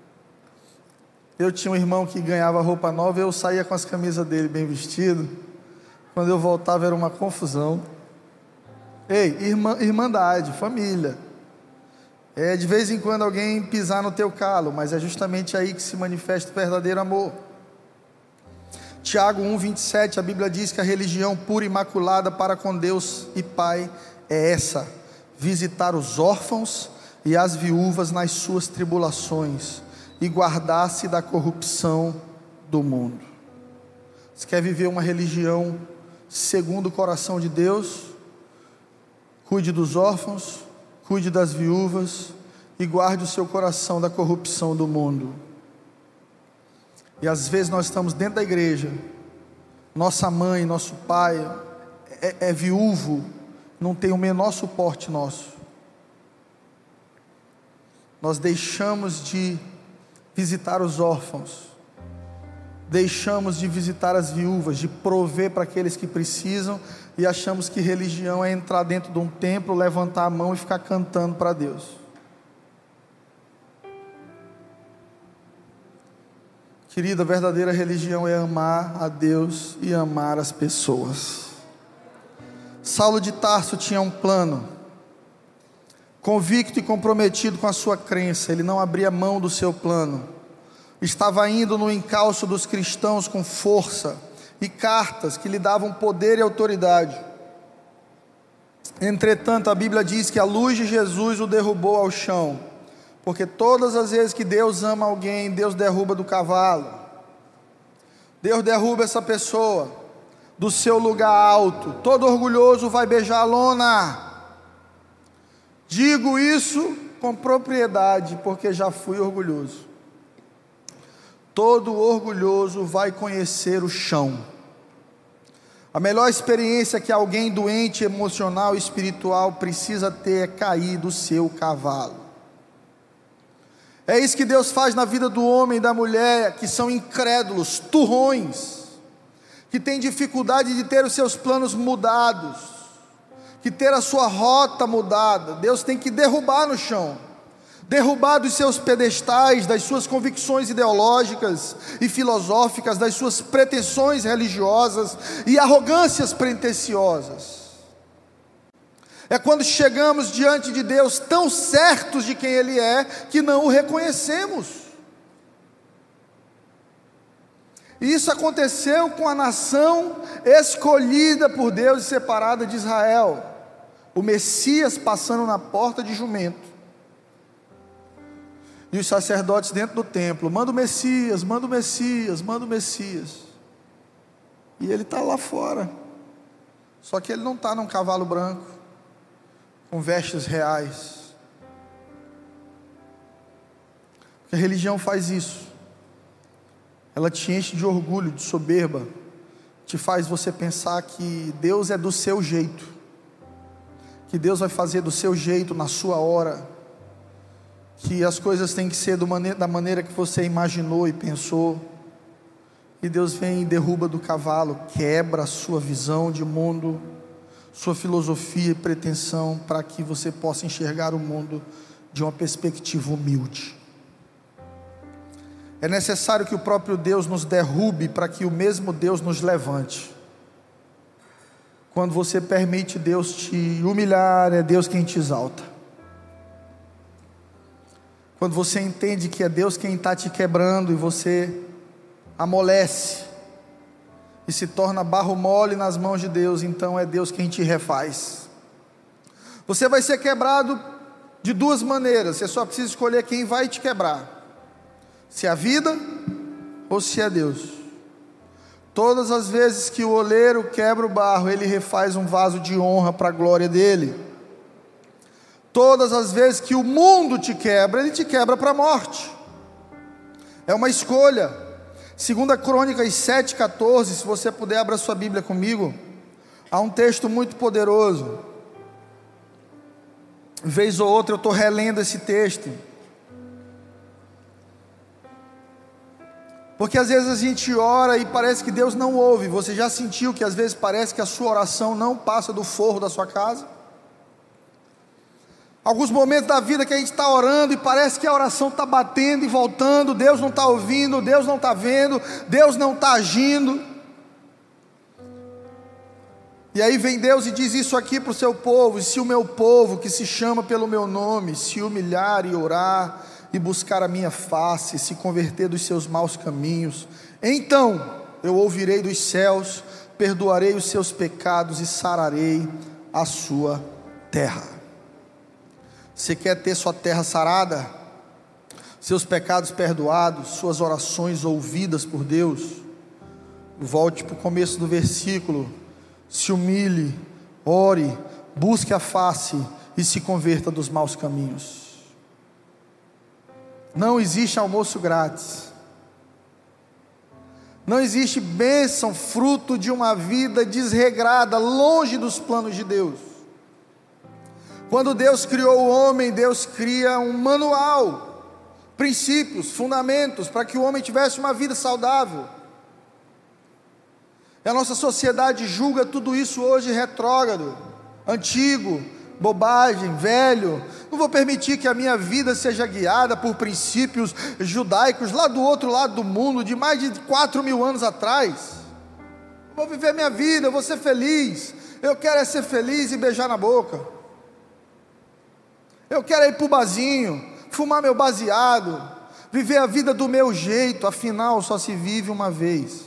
Eu tinha um irmão que ganhava roupa nova, eu saía com as camisas dele bem vestido. Quando eu voltava era uma confusão. Ei, irmã, irmandade, família. É de vez em quando alguém pisar no teu calo, mas é justamente aí que se manifesta o verdadeiro amor. Tiago um, vinte e sete, a Bíblia diz que a religião pura e imaculada para com Deus e Pai é essa: visitar os órfãos e as viúvas nas suas tribulações e guardar-se da corrupção do mundo. Você quer viver uma religião segundo o coração de Deus? Cuide dos órfãos, cuide das viúvas e guarde o seu coração da corrupção do mundo. E às vezes nós estamos dentro da igreja, nossa mãe, nosso pai é, é viúvo, não tem o menor suporte nosso. Nós deixamos de visitar os órfãos, deixamos de visitar as viúvas, de prover para aqueles que precisam, e achamos que religião é entrar dentro de um templo, levantar a mão e ficar cantando para Deus. Querida, a verdadeira religião é amar a Deus e amar as pessoas. Saulo de Tarso tinha um plano, convicto e comprometido com a sua crença, ele não abria mão do seu plano. Estava indo no encalço dos cristãos com força e cartas que lhe davam poder e autoridade. Entretanto, a Bíblia diz que a luz de Jesus o derrubou ao chão, porque todas as vezes que Deus ama alguém, Deus derruba do cavalo. Deus derruba essa pessoa do seu lugar alto. Todo orgulhoso vai beijar a lona. Digo isso com propriedade, porque já fui orgulhoso. Todo orgulhoso vai conhecer o chão. A melhor experiência que alguém doente emocional e espiritual precisa ter é cair do seu cavalo. É isso que Deus faz na vida do homem e da mulher que são incrédulos, turrões, que tem dificuldade de ter os seus planos mudados, que ter a sua rota mudada, Deus tem que derrubar no chão, derrubar dos seus pedestais, das suas convicções ideológicas e filosóficas, das suas pretensões religiosas e arrogâncias pretensiosas. É quando chegamos diante de Deus tão certos de quem Ele é, que não o reconhecemos. E isso aconteceu com a nação escolhida por Deus e separada de Israel. O Messias passando na porta de jumento. E os sacerdotes dentro do templo, manda o Messias, manda o Messias, manda o Messias. E ele está lá fora. Só que ele não está num cavalo branco, com vestes reais. Porque a religião faz isso. Ela te enche de orgulho, de soberba, te faz você pensar que Deus é do seu jeito, que Deus vai fazer do seu jeito, na sua hora, que as coisas têm que ser do mane- da maneira que você imaginou e pensou. E Deus vem e derruba do cavalo, quebra a sua visão de mundo, sua filosofia e pretensão, para que você possa enxergar o mundo de uma perspectiva humilde. É necessário que o próprio Deus nos derrube, para que o mesmo Deus nos levante. Quando você permite Deus te humilhar, é Deus quem te exalta. Quando você entende que é Deus quem está te quebrando, e você amolece, e se torna barro mole nas mãos de Deus, então é Deus quem te refaz. Você vai ser quebrado de duas maneiras, você só precisa escolher quem vai te quebrar. Se é a vida ou se é Deus. Todas as vezes que o oleiro quebra o barro, ele refaz um vaso de honra para a glória dele. Todas as vezes que o mundo te quebra, ele te quebra para a morte. É uma escolha. Segunda Crônicas sete, quatorze, se você puder, abra sua Bíblia comigo. Há um texto muito poderoso. Vez ou outra eu estou relendo esse texto. Porque às vezes a gente ora e parece que Deus não ouve. Você já sentiu que às vezes parece que a sua oração não passa do forro da sua casa? Alguns momentos da vida que a gente está orando e parece que a oração está batendo e voltando, Deus não está ouvindo, Deus não está vendo, Deus não está agindo. E aí vem Deus e diz isso aqui para o seu povo: e se o meu povo, que se chama pelo meu nome, se humilhar e orar, e buscar a minha face, se converter dos seus maus caminhos, então eu ouvirei dos céus, perdoarei os seus pecados e sararei a sua terra. Você quer ter sua terra sarada? Seus pecados perdoados, suas orações ouvidas por Deus? Volte para o começo do versículo: se humilhe, ore, busque a face e se converta dos maus caminhos. Não existe almoço grátis. Não existe bênção fruto de uma vida desregrada, longe dos planos de Deus. Quando Deus criou o homem, Deus cria um manual, princípios, fundamentos, para que o homem tivesse uma vida saudável. E a nossa sociedade julga tudo isso hoje retrógrado, antigo, bobagem, velho. Não vou permitir que a minha vida seja guiada por princípios judaicos lá do outro lado do mundo, de mais de quatro mil anos atrás. Eu vou viver minha vida, eu vou ser feliz. Eu quero é ser feliz e beijar na boca. Eu quero é ir para o barzinho, fumar meu baseado, viver a vida do meu jeito, afinal só se vive uma vez.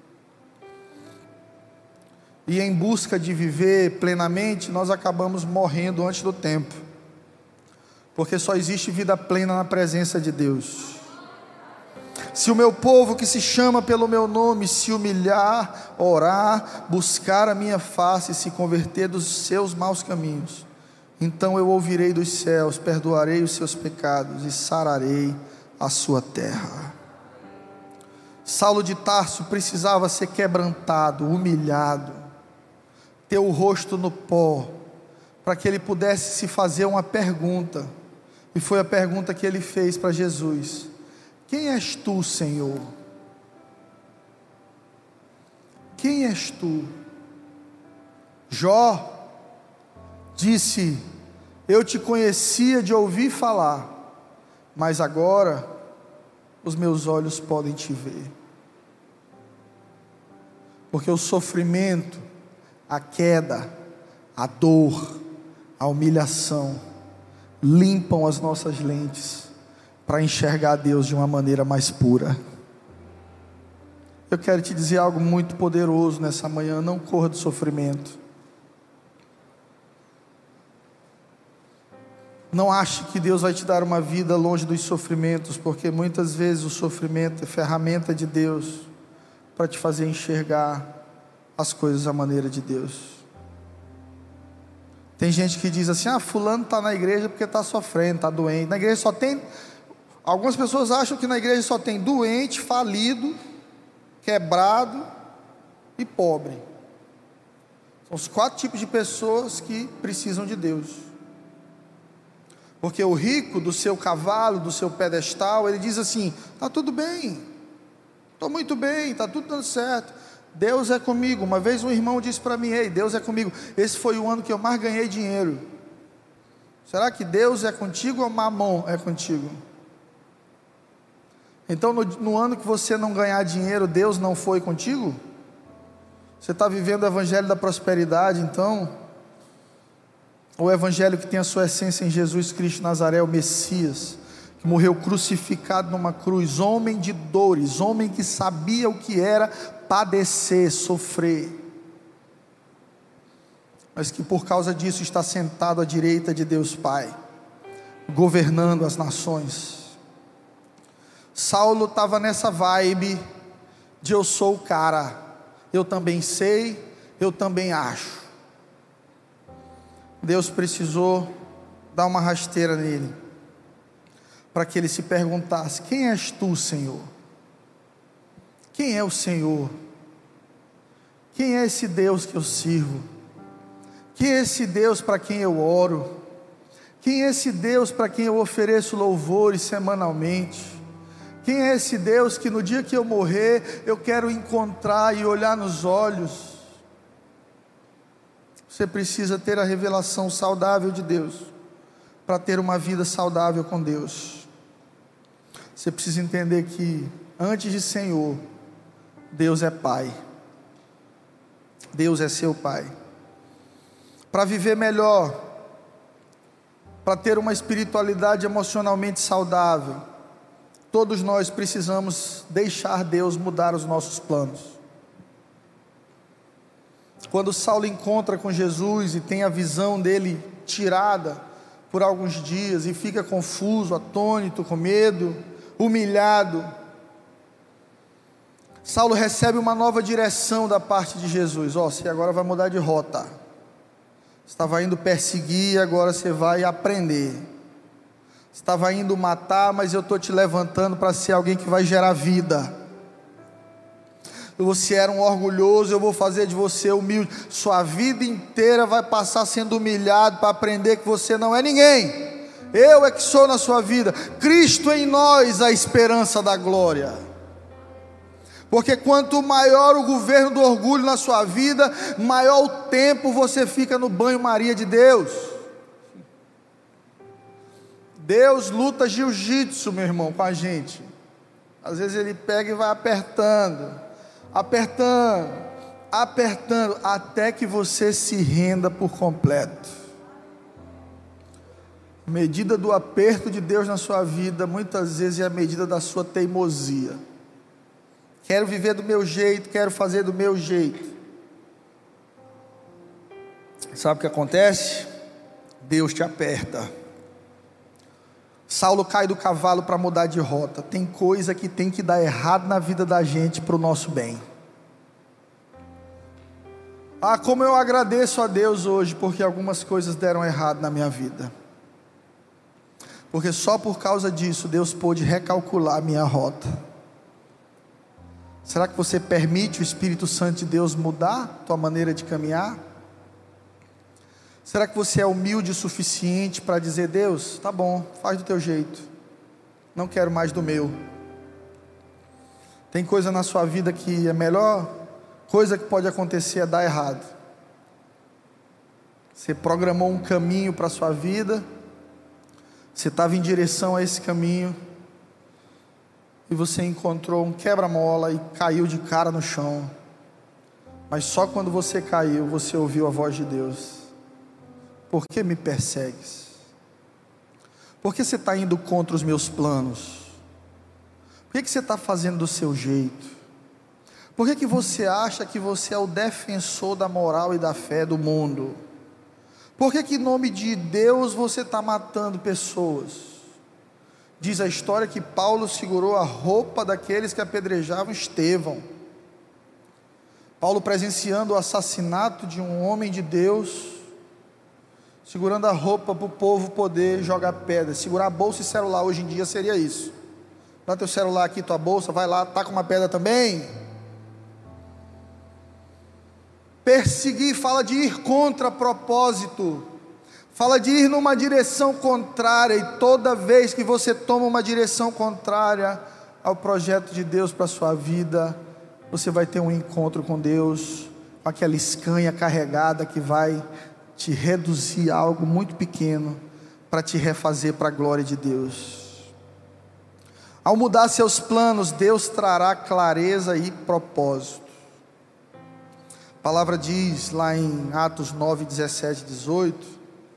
E em busca de viver plenamente, nós acabamos morrendo antes do tempo, porque só existe vida plena na presença de Deus. Se o meu povo que se chama pelo meu nome se humilhar, orar, buscar a minha face e se converter dos seus maus caminhos, então eu ouvirei dos céus, perdoarei os seus pecados e sararei a sua terra. Saulo de Tarso precisava ser quebrantado, humilhado, ter o rosto no pó, para que ele pudesse se fazer uma pergunta, e foi a pergunta que ele fez para Jesus: quem és tu, Senhor? quem és tu? Jó disse: eu te conhecia de ouvir falar, mas agora os meus olhos podem te ver. Porque o sofrimento, a queda, a dor, a humilhação limpam as nossas lentes para enxergar Deus de uma maneira mais pura. Eu quero te dizer algo muito poderoso nessa manhã: não corra do sofrimento. Não ache que Deus vai te dar uma vida longe dos sofrimentos, porque muitas vezes o sofrimento é ferramenta de Deus para te fazer enxergar as coisas à maneira de Deus. Tem gente que diz assim: ah, fulano está na igreja porque está sofrendo, está doente. Na igreja só tem, algumas pessoas acham que na igreja só tem doente, falido, quebrado e pobre. São os quatro tipos de pessoas que precisam de Deus. Porque o rico do seu cavalo, do seu pedestal, ele diz assim: está tudo bem, estou muito bem, está tudo dando certo, Deus é comigo. Uma vez um irmão disse para mim: ei, Deus é comigo, esse foi o ano que eu mais ganhei dinheiro. Será que Deus é contigo ou Mamon é contigo? Então no, no ano que você não ganhar dinheiro, Deus não foi contigo? Você está vivendo o evangelho da prosperidade então? O evangelho que tem a sua essência em Jesus Cristo de Nazaré, o Messias, que morreu crucificado numa cruz, homem de dores, homem que sabia o que era padecer, sofrer, mas que por causa disso está sentado à direita de Deus Pai, governando as nações. Saulo estava nessa vibe de eu sou o cara, eu também sei, eu também acho. Deus precisou dar uma rasteira nele, para que ele se perguntasse: quem és tu, Senhor? Quem é o Senhor? Quem é esse Deus que eu sirvo? Quem é esse Deus para quem eu oro? Quem é esse Deus para quem eu ofereço louvores semanalmente? Quem é esse Deus que no dia que eu morrer, eu quero encontrar e olhar nos olhos? Você precisa ter a revelação saudável de Deus, para ter uma vida saudável com Deus. Você precisa entender que, antes de Senhor, Deus é Pai. Deus é seu Pai. Para viver melhor, para ter uma espiritualidade emocionalmente saudável, todos nós precisamos deixar Deus mudar os nossos planos. Quando Saulo encontra com Jesus e tem a visão dele tirada por alguns dias, e fica confuso, atônito, com medo, humilhado, Saulo recebe uma nova direção da parte de Jesus: ó, você agora vai mudar de rota, você estava indo perseguir, agora você vai aprender, você estava indo matar, mas eu estou te levantando para ser alguém que vai gerar vida. Você era um orgulhoso, eu vou fazer de você humilde. Sua vida inteira vai passar sendo humilhado, para aprender que você não é ninguém. Eu é que sou na sua vida. Cristo em nós, a esperança da glória. Porque quanto maior o governo do orgulho na sua vida, maior o tempo você fica no banho-maria de Deus. Deus luta jiu-jitsu, meu irmão, com a gente. Às vezes ele pega e vai apertando, apertando, apertando, até que você se renda por completo. A medida do aperto de Deus na sua vida, muitas vezes é a medida da sua teimosia. Quero viver do meu jeito, quero fazer do meu jeito. Sabe o que acontece? Deus te aperta. Saulo cai do cavalo para mudar de rota. Tem coisa que tem que dar errado na vida da gente para o nosso bem. Ah, como eu agradeço a Deus hoje, porque algumas coisas deram errado na minha vida. Porque só por causa disso, Deus pôde recalcular a minha rota. Será que você permite o Espírito Santo de Deus mudar a tua maneira de caminhar? Será que você é humilde o suficiente para dizer: Deus, tá bom, faz do teu jeito, não quero mais do meu? Tem coisa na sua vida que é melhor coisa que pode acontecer é dar errado. Você programou um caminho para a sua vida, você estava em direção a esse caminho, e você encontrou um quebra-mola e caiu de cara no chão. Mas só quando você caiu, você ouviu a voz de Deus: por que me persegues? Por que você está indo contra os meus planos? Por que, que você está fazendo do seu jeito? Por que, que você acha que você é o defensor da moral e da fé do mundo? Por que que em nome de Deus você está matando pessoas? Diz a história que Paulo segurou a roupa daqueles que apedrejavam Estevão. Paulo presenciando o assassinato de um homem de Deus, segurando a roupa para o povo poder jogar pedra. Segurar a bolsa e celular hoje em dia seria isso. Dá teu celular aqui, tua bolsa, vai lá, taca uma pedra também. Perseguir fala de ir contra propósito, fala de ir numa direção contrária, e toda vez que você toma uma direção contrária ao projeto de Deus para a sua vida, você vai ter um encontro com Deus, com aquela escanha carregada que vai te reduzir a algo muito pequeno, para te refazer para a glória de Deus. Ao mudar seus planos, Deus trará clareza e propósito. A palavra diz lá em Atos nove, dezessete, dezoito,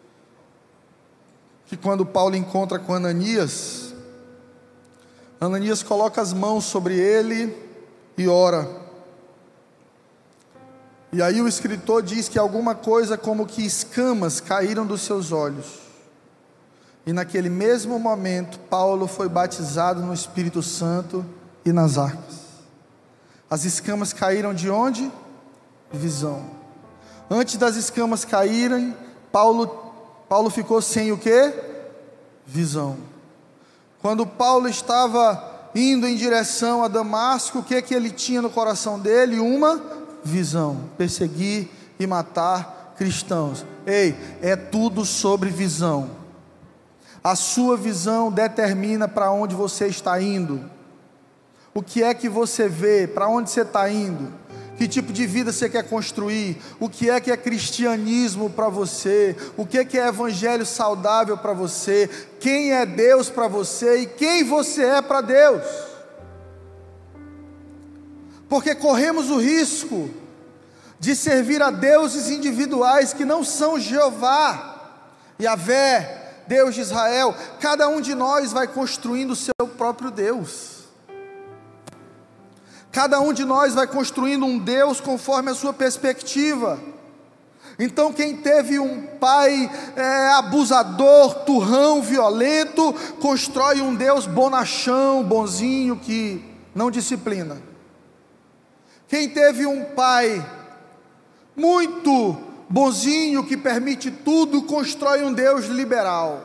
que quando Paulo encontra com Ananias, Ananias coloca as mãos sobre ele e ora. E aí o escritor diz que alguma coisa como que escamas caíram dos seus olhos. E naquele mesmo momento, Paulo foi batizado no Espírito Santo e nas águas. As escamas caíram de onde? Visão. Antes das escamas caírem, Paulo, Paulo ficou sem o quê? Visão. Quando Paulo estava indo em direção a Damasco, o que que ele tinha no coração dele? Uma visão: perseguir e matar cristãos. Ei, é tudo sobre visão. A sua visão determina para onde você está indo. O que é que você vê? Para onde você está indo? Que tipo de vida você quer construir? O que é que é cristianismo para você? O que é que é evangelho saudável para você? Quem é Deus para você e quem você é para Deus? Porque corremos o risco de servir a deuses individuais que não são Jeová, Yahvé, Deus de Israel. Cada um de nós vai construindo o seu próprio Deus. Cada um de nós vai construindo um Deus conforme a sua perspectiva. Então quem teve um pai é, abusador, turrão, violento, constrói um Deus bonachão, bonzinho, que não disciplina. Quem teve um pai muito bonzinho, que permite tudo, constrói um Deus liberal.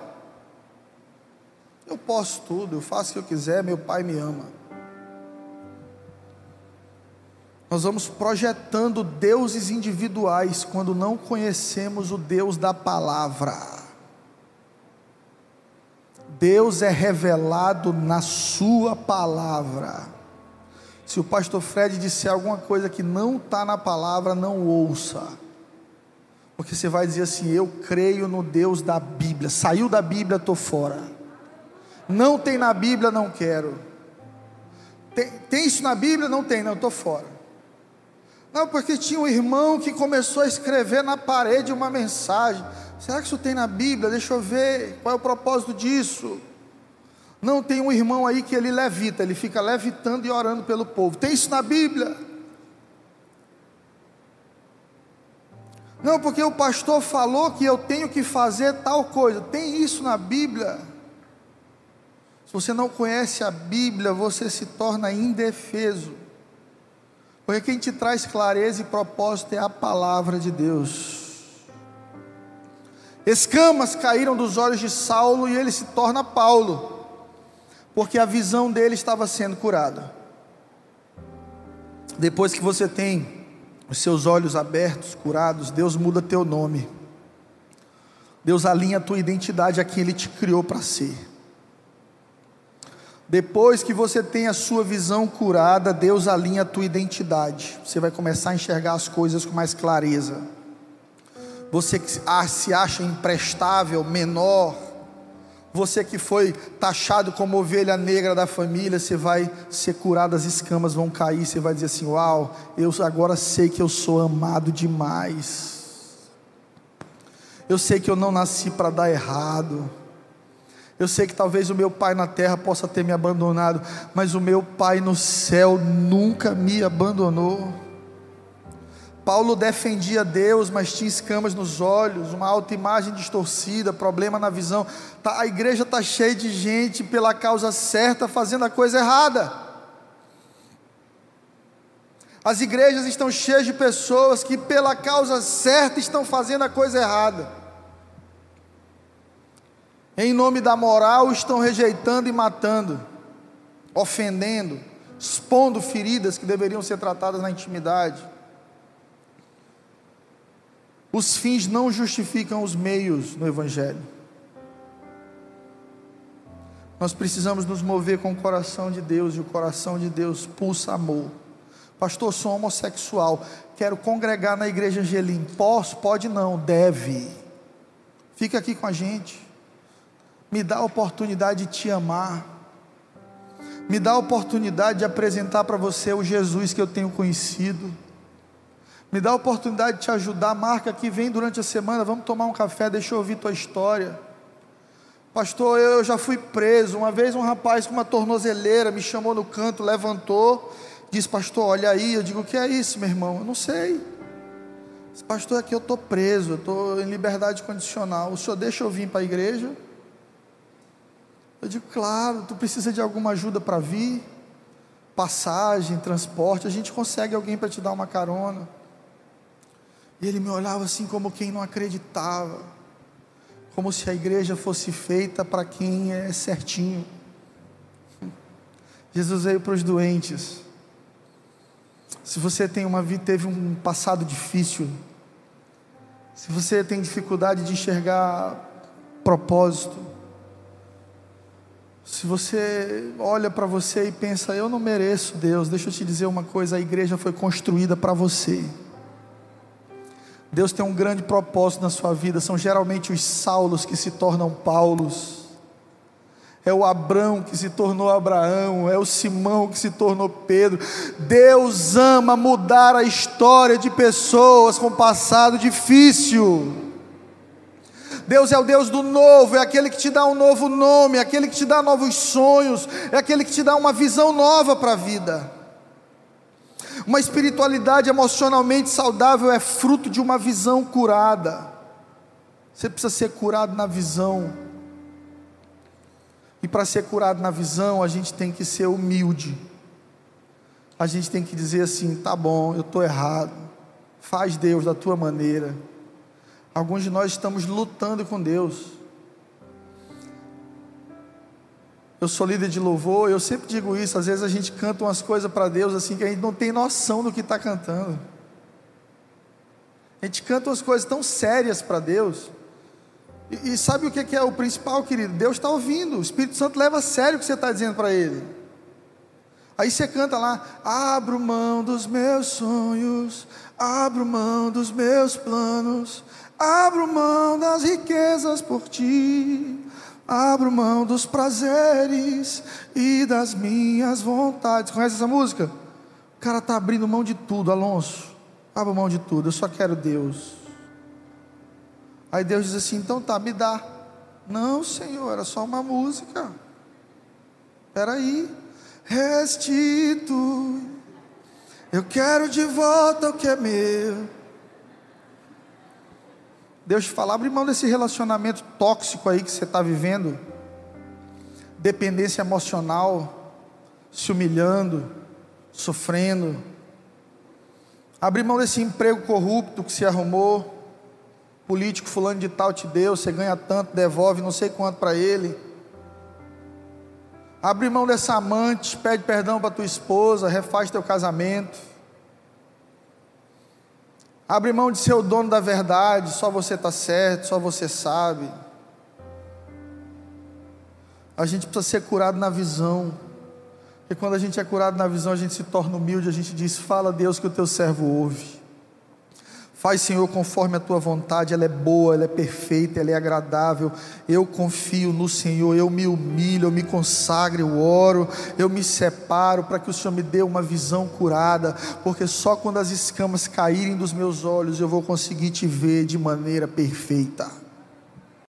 Eu posso tudo, eu faço o que eu quiser, meu pai me ama. Nós vamos projetando deuses individuais quando não conhecemos o Deus da palavra. Deus é revelado na sua palavra. Se o pastor Fred disser alguma coisa que não está na palavra, não ouça. Porque você vai dizer assim: eu creio no Deus da Bíblia. Saiu da Bíblia, estou fora. Não tem na Bíblia, não quero. Tem, tem isso na Bíblia? Não tem, não, estou fora. Não, porque tinha um irmão que começou a escrever na parede uma mensagem. Será que isso tem na Bíblia? Deixa eu ver, qual é o propósito disso? Não, tem um irmão aí que ele levita, ele fica levitando e orando pelo povo. Tem isso na Bíblia? Não, porque o pastor falou que eu tenho que fazer tal coisa. Tem isso na Bíblia? Se você não conhece a Bíblia, você se torna indefeso. Porque quem te traz clareza e propósito é a palavra de Deus. Escamas caíram dos olhos de Saulo e ele se torna Paulo, porque a visão dele estava sendo curada. Depois que você tem os seus olhos abertos, curados, Deus muda teu nome. Deus alinha a tua identidade a quem Ele te criou para ser. Depois que você tem a sua visão curada, Deus alinha a tua identidade. Você vai começar a enxergar as coisas com mais clareza. Você que se acha imprestável, menor, você que foi taxado como ovelha negra da família, você vai ser curado, as escamas vão cair, você vai dizer assim: uau, eu agora sei que eu sou amado demais. Eu sei que eu não nasci para dar errado. Eu sei que talvez o meu pai na terra possa ter me abandonado, mas o meu pai no céu nunca me abandonou. Paulo defendia Deus, mas tinha escamas nos olhos, uma autoimagem distorcida, problema na visão. Tá, a igreja está cheia de gente pela causa certa, fazendo a coisa errada. As igrejas estão cheias de pessoas que pela causa certa estão fazendo a coisa errada. Em nome da moral estão rejeitando e matando, ofendendo, expondo feridas que deveriam ser tratadas na intimidade. Os fins não justificam os meios no Evangelho. Nós precisamos nos mover com o coração de Deus, e o coração de Deus pulsa amor. Pastor, sou homossexual, quero congregar na igreja Angelim. Posso? Pode não, deve. Fica aqui com a gente. Me dá a oportunidade de te amar. Me dá a oportunidade de apresentar para você o Jesus que eu tenho conhecido. Me dá a oportunidade de te ajudar. Marca aqui, vem durante a semana, vamos tomar um café, deixa eu ouvir tua história. Pastor, eu já fui preso. Uma vez um rapaz com uma tornozeleira me chamou no canto, levantou, disse: pastor, olha aí. Eu digo: o que é isso, meu irmão? Eu não sei. Disse: pastor, aqui eu estou preso, eu estou em liberdade condicional, o senhor deixa eu vir para a igreja? Eu digo: claro. Tu precisa de alguma ajuda para vir? Passagem, transporte, a gente consegue alguém para te dar uma carona. E ele me olhava assim como quem não acreditava, como se a igreja fosse feita para quem é certinho. Jesus veio para os doentes. Se você tem uma vida, teve um passado difícil, se você tem dificuldade de enxergar propósito, se você olha para você e pensa: eu não mereço Deus, deixa eu te dizer uma coisa, a igreja foi construída para você. Deus tem um grande propósito na sua vida. São geralmente os Saulos que se tornam Paulos, é o Abrão que se tornou Abraão, é o Simão que se tornou Pedro. Deus ama mudar a história de pessoas com passado difícil. Deus é o Deus do novo, é aquele que te dá um novo nome, é aquele que te dá novos sonhos, é aquele que te dá uma visão nova para a vida. Uma espiritualidade emocionalmente saudável é fruto de uma visão curada. Você precisa ser curado na visão. E para ser curado na visão, a gente tem que ser humilde. A gente tem que dizer assim: tá bom, eu estou errado, faz, Deus, da tua maneira. Alguns de nós estamos lutando com Deus. Eu sou líder de louvor, eu sempre digo isso. Às vezes a gente canta umas coisas para Deus assim que a gente não tem noção do que está cantando. A gente canta umas coisas tão sérias para Deus. E, e sabe o que é o principal, querido? Deus está ouvindo. O Espírito Santo leva a sério o que você está dizendo para Ele. Aí você canta lá: abro mão dos meus sonhos, abro mão dos meus planos, abro mão das riquezas por ti, abro mão dos prazeres e das minhas vontades. Conhece essa música? O cara está abrindo mão de tudo. Alonso, abro mão de tudo, eu só quero Deus. Aí Deus diz assim: então tá, me dá. Não, Senhor, era só uma música. Espera aí. Restitui, eu quero de volta o que é meu. Deus te fala: abre mão desse relacionamento tóxico aí que você está vivendo, dependência emocional, se humilhando, sofrendo. Abre mão desse emprego corrupto que você arrumou, político fulano de tal te deu, você ganha tanto, devolve não sei quanto para ele. Abre mão dessa amante, pede perdão para tua esposa, refaz teu casamento. Abre mão de ser o dono da verdade, só você está certo, só você sabe. A gente precisa ser curado na visão. E quando a gente é curado na visão, a gente se torna humilde, a gente diz: fala, Deus, que o teu servo ouve. Faz, Senhor, conforme a tua vontade, ela é boa, ela é perfeita, ela é agradável. Eu confio no Senhor, eu me humilho, eu me consagro, eu oro, eu me separo para que o Senhor me dê uma visão curada, porque só quando as escamas caírem dos meus olhos eu vou conseguir te ver de maneira perfeita.